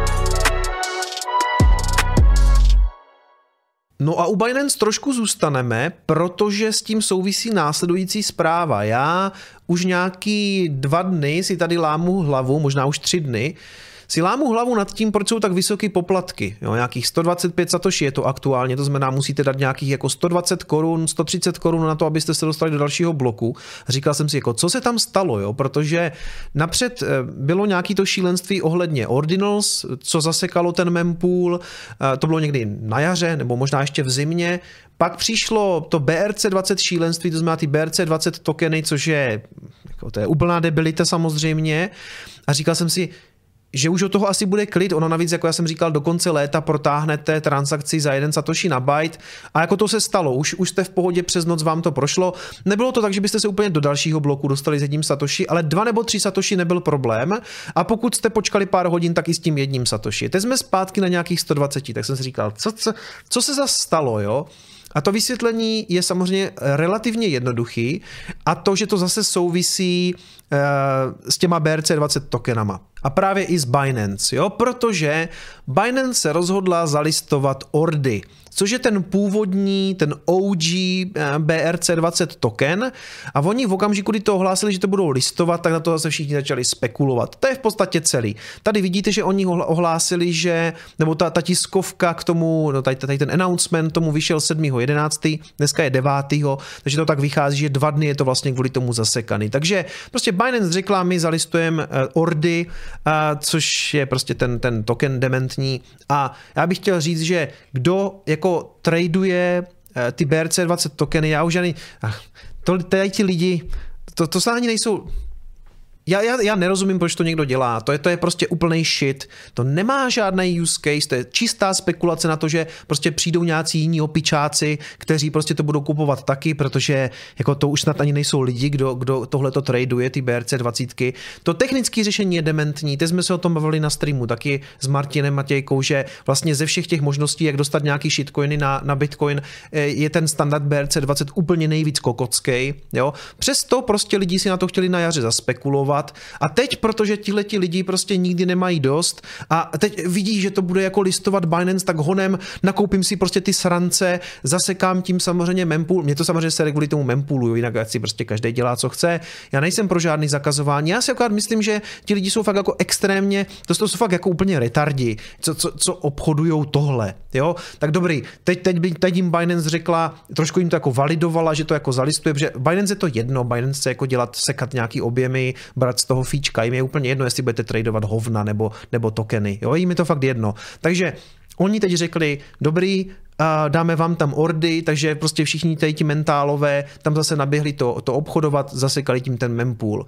No a u Binance trošku zůstaneme, protože s tím souvisí následující zpráva. Já už nějaký dva dny si tady lámu hlavu, možná už tři dny, si lámu hlavu nad tím, proč jsou tak vysoké poplatky. Jo, nějakých sto dvacet pět satoshi je to aktuálně, to znamená, musíte dát nějakých jako sto dvacet korun, sto třicet korun na to, abyste se dostali do dalšího bloku. Říkal jsem si, jako, co se tam stalo, jo? Protože napřed bylo nějaký to šílenství ohledně Ordinals, co zasekalo ten mempool, to bylo někdy na jaře, nebo možná ještě v zimě. Pak přišlo to B R C dvacet šílenství, to znamená ty B R C dvacet tokeny, což je, jako, to je úplná debilita samozřejmě. A říkal jsem si, že už od toho asi bude klid, ono navíc, jako já jsem říkal, do konce léta protáhnete transakci za jeden satoshi na byte a jako to se stalo, už, už jste v pohodě, přes noc vám to prošlo. Nebylo to tak, že byste se úplně do dalšího bloku dostali s jedním satoshi, ale dva nebo tři satoshi nebyl problém a pokud jste počkali pár hodin, tak i s tím jedním satoshi. Teď jsme zpátky na nějakých sto dvacet, tak jsem si říkal, co, co, co se zase stalo, jo? A to vysvětlení je samozřejmě relativně jednoduchý a to, že to zase souvisí uh, s těma B R C dvacet tokenama. A právě i s Binance, jo? Protože Binance se rozhodla zalistovat ordy, což je ten původní, ten O G B R C dvacet token a oni v okamžiku, kdy to ohlásili, že to budou listovat, tak na to zase všichni začali spekulovat. To je v podstatě celý. Tady vidíte, že oni ohlásili, že, nebo ta, ta tiskovka k tomu, no tady, tady ten announcement tomu vyšel sedmého jedenáctého dneska je devátého takže to tak vychází, že dva dny je to vlastně kvůli tomu zasekaný. Takže prostě Binance řekla, my zalistujeme ordy, a což je prostě ten, ten token dementní a já bych chtěl říct, že kdo jako traduje ty B R C dvacet tokeny, já už ani, to, tady ti lidi, to, to se ani nejsou, já, já, já nerozumím, proč to někdo dělá, to je, to je prostě úplnej shit, to nemá žádný use case, to je čistá spekulace na to, že prostě přijdou nějací jiní opičáci, kteří prostě to budou kupovat taky, protože jako to už snad ani nejsou lidi, kdo, kdo tohleto traduje, ty B R C dvacet. To technické řešení je dementní, teď jsme se o tom bavili na streamu taky s Martinem Matějkou, že vlastně ze všech těch možností, jak dostat nějaký shitcoiny na, na Bitcoin, je ten standard B R C dvacet úplně nejvíc kokocký, jo. Přesto prostě lidi si na to chtěli na jaře zaspekulovat. A teď, protože tihleti lidi prostě nikdy nemají dost a teď vidí, že to bude jako listovat Binance, tak honem nakoupím si prostě ty srance, zasekám tím samozřejmě mempool. Mě to samozřejmě se kvůli tomu mempoolu, jinak si prostě každý dělá, co chce. Já nejsem pro žádný zakazování. Já si akorát myslím, že ti lidi jsou fakt jako extrémně, to jsou fakt jako úplně retardi, co, co, co obchodujou tohle, jo? Tak dobrý, teď, teď, teď jim Binance řekla, trošku jim to jako validovala, že to jako zalistuje, protože Binance je to jedno, Binance chce jako dělat, sekat nějaký objemy, brát z toho fíčka, jim je úplně jedno, jestli budete tradovat hovna nebo, nebo tokeny, jo, jim je to fakt jedno. Takže oni teď řekli, dobrý, dáme vám tam ordy, takže prostě všichni tady ti mentálové tam zase naběhli to, to obchodovat, zasekali tím ten mempool.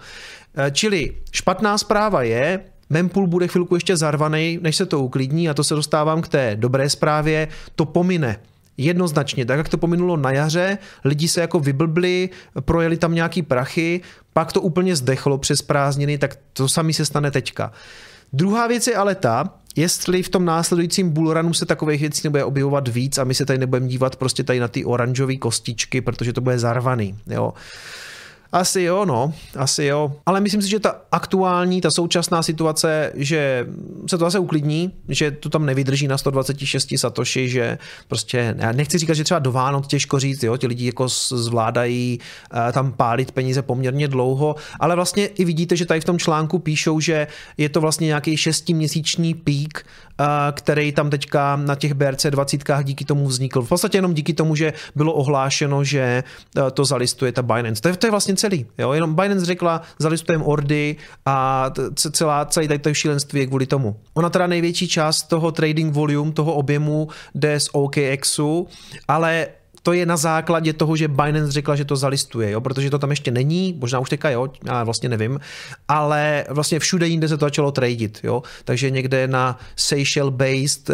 Čili špatná zpráva je, mempool bude chvilku ještě zarvaný, než se to uklidní a to se dostávám k té dobré zprávě, to pomine. Jednoznačně, tak jak to pominulo na jaře, lidi se jako vyblbli, projeli tam nějaký prachy, pak to úplně zdechlo přes prázdniny, tak to samé se stane teďka. Druhá věc je ale ta, jestli v tom následujícím bullrunu se takových věcí nebude objevovat víc a my se tady nebudeme dívat prostě tady na ty oranžové kostičky, protože to bude zarvaný, jo. Asi jo, no, asi jo. Ale myslím si, že ta aktuální, ta současná situace, že se to zase uklidní, že to tam nevydrží na sto dvacet šest satoshi, že prostě, já nechci říkat, že třeba do Vánoc těžko říct, jo, ti lidi jako zvládají uh, tam pálit peníze poměrně dlouho, ale vlastně i vidíte, že tady v tom článku píšou, že je to vlastně nějaký šestiměsíční pík, uh, který tam teďka na těch B R C dvacet díky tomu vznikl. V podstatě jenom díky tomu, že bylo ohlášeno, že uh, to zalistuje ta Binance. To je, to je vlastně celý. Jo? Jenom Binance řekla, zalistujeme ordy a celá, celý tady to šílenství je kvůli tomu. Ona teda největší část toho trading volume, toho objemu jde z O K X u, ale to je na základě toho, že Binance řekla, že to zalistuje, jo? Protože to tam ještě není, možná už teďka jo, já vlastně nevím, ale vlastně všude jinde se to začalo tradit, jo? Takže někde na Seychelles-based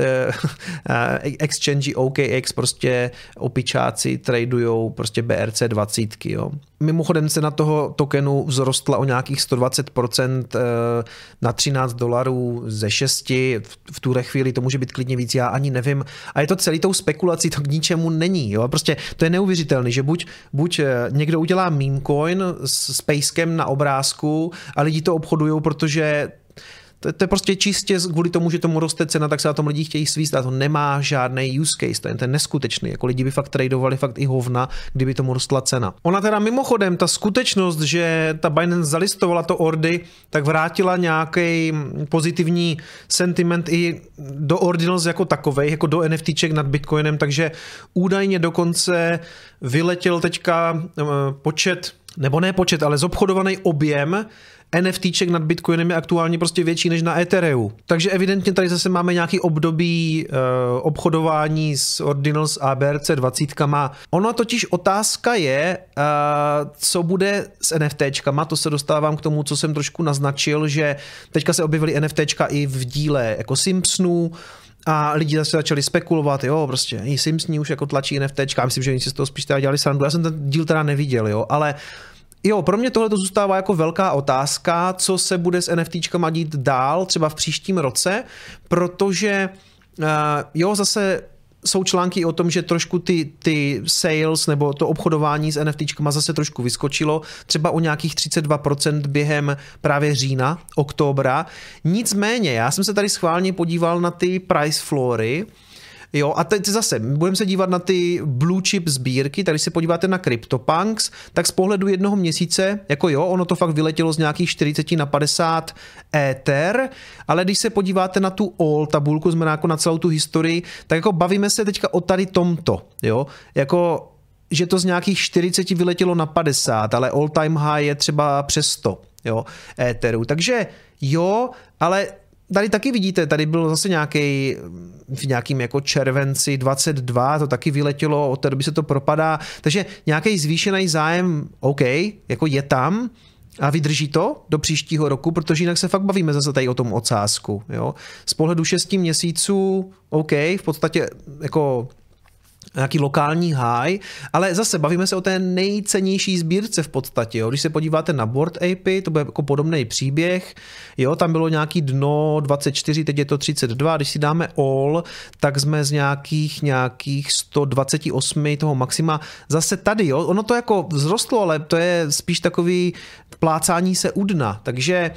uh, exchange O K X prostě opičáci tradujou prostě B R C dvacet, jo? Mimochodem cena toho tokenu vzrostla o nějakých sto dvacet procent na třináct dolarů ze šesti, v tuhle chvíli to může být klidně víc, já ani nevím. A je to celý tou spekulací, to k ničemu není. Jo? Prostě to je neuvěřitelné, že buď, buď někdo udělá meme coin s pejskem na obrázku a lidi to obchodují, protože To, to je prostě čistě kvůli tomu, že tomu roste cena, tak se na tom lidi chtějí svíst a to nemá žádný use case, to je ten neskutečný, jako lidi by fakt tradovali fakt i hovna, kdyby tomu rostla cena. Ona teda mimochodem, ta skutečnost, že ta Binance zalistovala to ordy, tak vrátila nějaký pozitivní sentiment i do ordinals jako takovej, jako do NFTček nad Bitcoinem, takže údajně dokonce vyletěl teďka počet, nebo ne počet, ale zobchodovaný objem NFTček nad Bitcoinem je aktuálně prostě větší než na Ethereu. Takže evidentně tady zase máme nějaký období uh, obchodování s Ordinals a B R C dvacet. Ono totiž otázka je, uh, co bude s NFTčkama, to se dostávám k tomu, co jsem trošku naznačil, že teďka se objevily NFTčka i v díle jako Simpsonů, a lidi zase začali spekulovat, jo, prostě i Simpsoni už jako tlačí NFTčka, myslím, že oni si z toho spíš teda dělali srandu, já jsem ten díl teda neviděl, jo, ale jo, pro mě tohle to zůstává jako velká otázka, co se bude s NFTčkama dít dál, třeba v příštím roce, protože uh, jo, zase jsou články o tom, že trošku ty, ty sales nebo to obchodování s NFTčkama zase trošku vyskočilo, třeba o nějakých třicet dva procent během právě října, oktobra. Nicméně, já jsem se tady schválně podíval na ty price floory. Jo, a teď zase, budeme se dívat na ty blue chip sbírky, tady se podíváte na CryptoPunks, tak z pohledu jednoho měsíce, jako jo, ono to fakt vyletělo z nějakých čtyřicet na padesát Ether, ale když se podíváte na tu all tabulku, znamená jako na celou tu historii, tak jako bavíme se teďka o tady tomto, jo, jako že to z nějakých čtyřicet vyletělo na padesát, ale all time high je třeba přes sto, jo, Etherů, takže jo, ale tady taky vidíte, tady byl zase nějaký v nějakým jako červenci dvacet dva, to taky vyletělo, od té doby se to propadá, takže nějaký zvýšený zájem, OK, jako je tam a vydrží to do příštího roku, protože jinak se fakt bavíme zase tady o tom ocásku, jo. Z pohledu šesti měsíců, OK, v podstatě jako nějaký lokální high, ale zase bavíme se o té nejcennější sbírce v podstatě. Jo. Když se podíváte na Bored Apy, to bude jako podobný příběh, jo, tam bylo nějaký dno dvacet čtyři, teď je to třicet dva, když si dáme all, tak jsme z nějakých, nějakých sto dvacet osm toho maxima. Zase tady, jo, ono to jako vzrostlo, ale to je spíš takový plácání se u dna, takže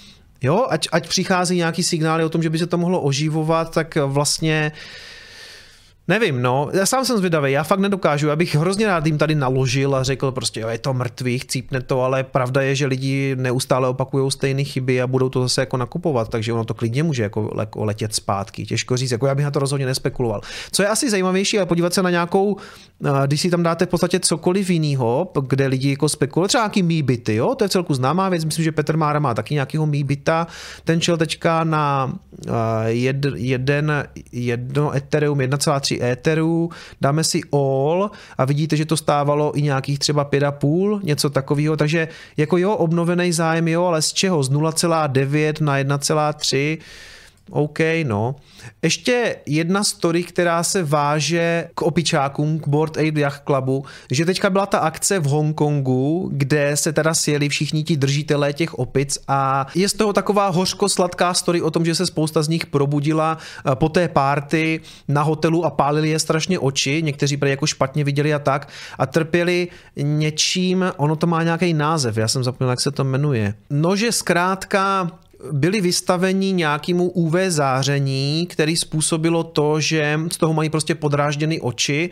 jo, ať, ať přichází nějaký signály o tom, že by se to mohlo oživovat, tak vlastně nevím, no, já sám jsem zvědavý, já fakt nedokážu, já bych hrozně rád jim tady naložil a řekl prostě, jo, je to mrtvý, chcípne to, ale pravda je, že lidi neustále opakují stejné chyby a budou to zase jako nakupovat, takže ono to klidně může jako, jako letět zpátky, těžko říct, jako já bych na to rozhodně nespekuloval. Co je asi zajímavější, ale podívat se na nějakou, když si tam dáte v podstatě cokoliv jinýho, kde lidi jako spekulují, třeba nějaký Meebity, jo, to je celku známá věc, myslím, že Petr Mára má taky nějakýho Meebita, ten šel teďka na jed, jeden, jedno Ethereum, jedna celá tři Etherů, dáme si all a vidíte, že to stávalo i nějakých třeba pět a půl, něco takového, takže jako jo, obnovený zájem, jo, ale z čeho? Z nula celá devět na jedna celá tři, OK, no. Ještě jedna story, která se váže k opičákům, k Bored Ape Yacht Clubu, že teďka byla ta akce v Hongkongu, kde se teda sjeli všichni ti držitelé těch opic a je z toho taková hořko-sladká story o tom, že se spousta z nich probudila po té party na hotelu a pálili je strašně oči, někteří prý jako špatně viděli a tak a trpěli něčím, ono to má nějaký název, já jsem zapomněl, jak se to jmenuje. No, že zkrátka byli vystaveni nějakému U V záření, který způsobilo to, že z toho mají prostě podrážděny oči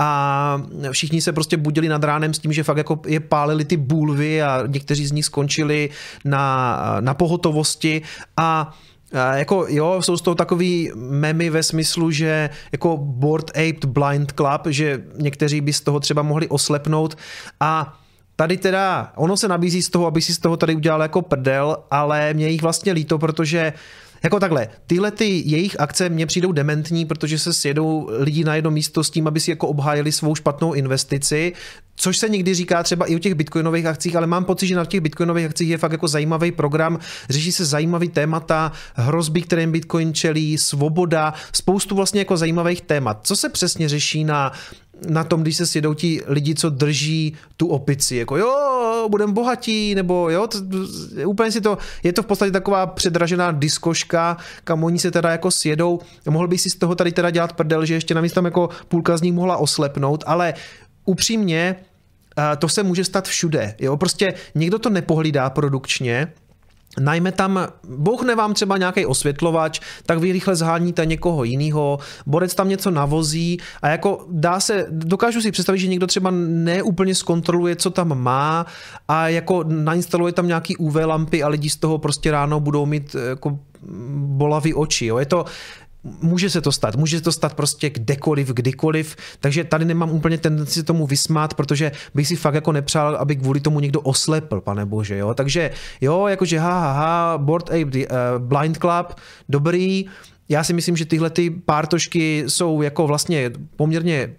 a všichni se prostě budili nad ránem s tím, že fakt jako je pálili ty bulvy a někteří z nich skončili na, na pohotovosti a jako jo, jsou z toho takový memy ve smyslu, že jako Bored Ape Blind Club, že někteří by z toho třeba mohli oslepnout a tady teda, ono se nabízí z toho, aby si z toho tady udělal jako prdel, ale mě jich vlastně líto, protože jako takhle, tyhle ty jejich akce mně přijdou dementní, protože se sjedou lidi na jedno místo s tím, aby si jako obhájili svou špatnou investici, což se někdy říká třeba i o těch bitcoinových akcích, ale mám pocit, že na těch bitcoinových akcích je fakt jako zajímavý program, řeší se zajímavý témata, hrozby, kterým bitcoin čelí, svoboda, spoustu vlastně jako zajímavých témat. Co se přesně řeší na na tom, když se sjedou ti lidi, co drží tu opici, jako jo, budem bohatí, nebo jo, to, úplně si to, je to v podstatě taková předražená diskoška, kam oni se teda jako sjedou, mohl bych si z toho tady teda dělat prdel, že ještě navíc tam jako půlka z nich mohla oslepnout, ale upřímně, to se může stát všude, jo, prostě někdo to nepohlídá produkčně, najme tam, bouchne vám třeba nějaký osvětlovač, tak vy rychle zháníte někoho jiného, borec tam něco navozí a jako dá se, dokážu si představit, že někdo třeba neúplně zkontroluje, co tam má a jako nainstaluje tam nějaký U V lampy a lidi z toho prostě ráno budou mít jako bolavý oči, jo. Je to, může se to stát, může se to stát prostě kdekoliv, kdykoliv, takže tady nemám úplně tendenci tomu vysmát, protože bych si fakt jako nepřál, aby kvůli tomu někdo oslepl, pane bože, jo, takže jo, jakože ha, ha, ha, Bored Ape uh, Blind Club, dobrý, já si myslím, že tyhle ty pártošky jsou jako vlastně poměrně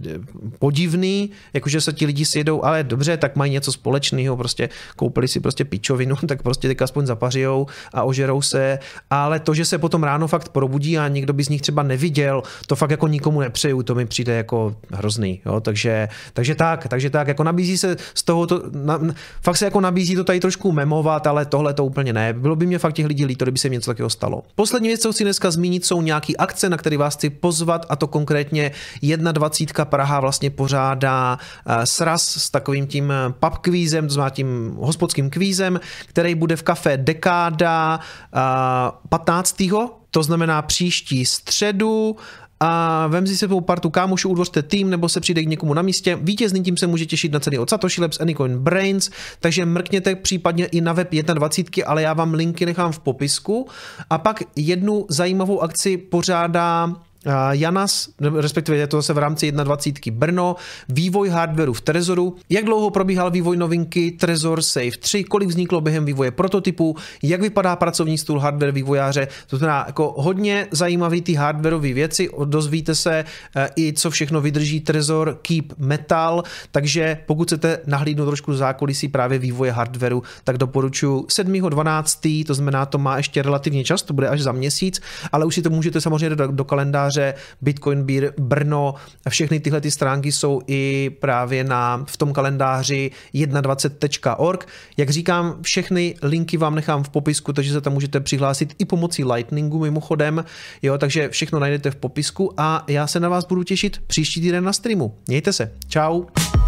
podivný, jakože se ti lidi sjedou, ale dobře, tak mají něco společného, prostě koupili si prostě pičovinu, tak prostě teď aspoň zapařijou a ožerou se, ale to, že se potom ráno fakt probudí a někdo by z nich třeba neviděl, to fakt jako nikomu nepřeju, to mi přijde jako hrozný, jo, takže, takže tak, takže tak, jako nabízí se z toho, to, na, fakt se jako nabízí to tady trošku memovat, ale tohle to úplně ne, bylo by mě fakt těch lidí líto, kdyby se něco takového stalo. Poslední věc, co chci dneska zmínit, jsou nějaký akce, na které vás chci pozvat, a to konkrétně dvacet jedna Praha vlastně pořádá sraz s takovým tím pub kvízem, to znamená tím hospodským kvízem, který bude v kafe Dekáda patnáctého To znamená příští středu. A vem si sebou partu kámošů, udvořte tým, nebo se přijde k někomu na místě. Vítězný tím se může těšit na ceny od Satoshi Labs, Anycoin Brains, takže mrkněte případně i na web dvacet jedna, ale já vám linky nechám v popisku. A pak jednu zajímavou akci pořádá Janas, respektive je to zase v rámci dvacet jedna Brno, vývoj hardwareu v Trezoru, jak dlouho probíhal vývoj novinky Trezor Safe tři, kolik vzniklo během vývoje prototypu, jak vypadá pracovní stůl hardware vývojáře, to znamená jako hodně zajímavý ty hardwareové věci, dozvíte se i co všechno vydrží Trezor Keep Metal, takže pokud chcete nahlídnout trošku do zákulisí právě vývoje hardwareu, tak doporučuji sedmého dvanáctého to znamená, to má ještě relativně čas, to bude až za měsíc, ale už si to můžete samozřejmě do, do kalendáře Bitcoin Beer Brno a všechny tyhle ty stránky jsou i právě na, v tom kalendáři dvacet jedna tečka org. Jak říkám, všechny linky vám nechám v popisku, takže se tam můžete přihlásit i pomocí Lightningu mimochodem, jo, takže všechno najdete v popisku a já se na vás budu těšit příští týden na streamu. Mějte se, čau.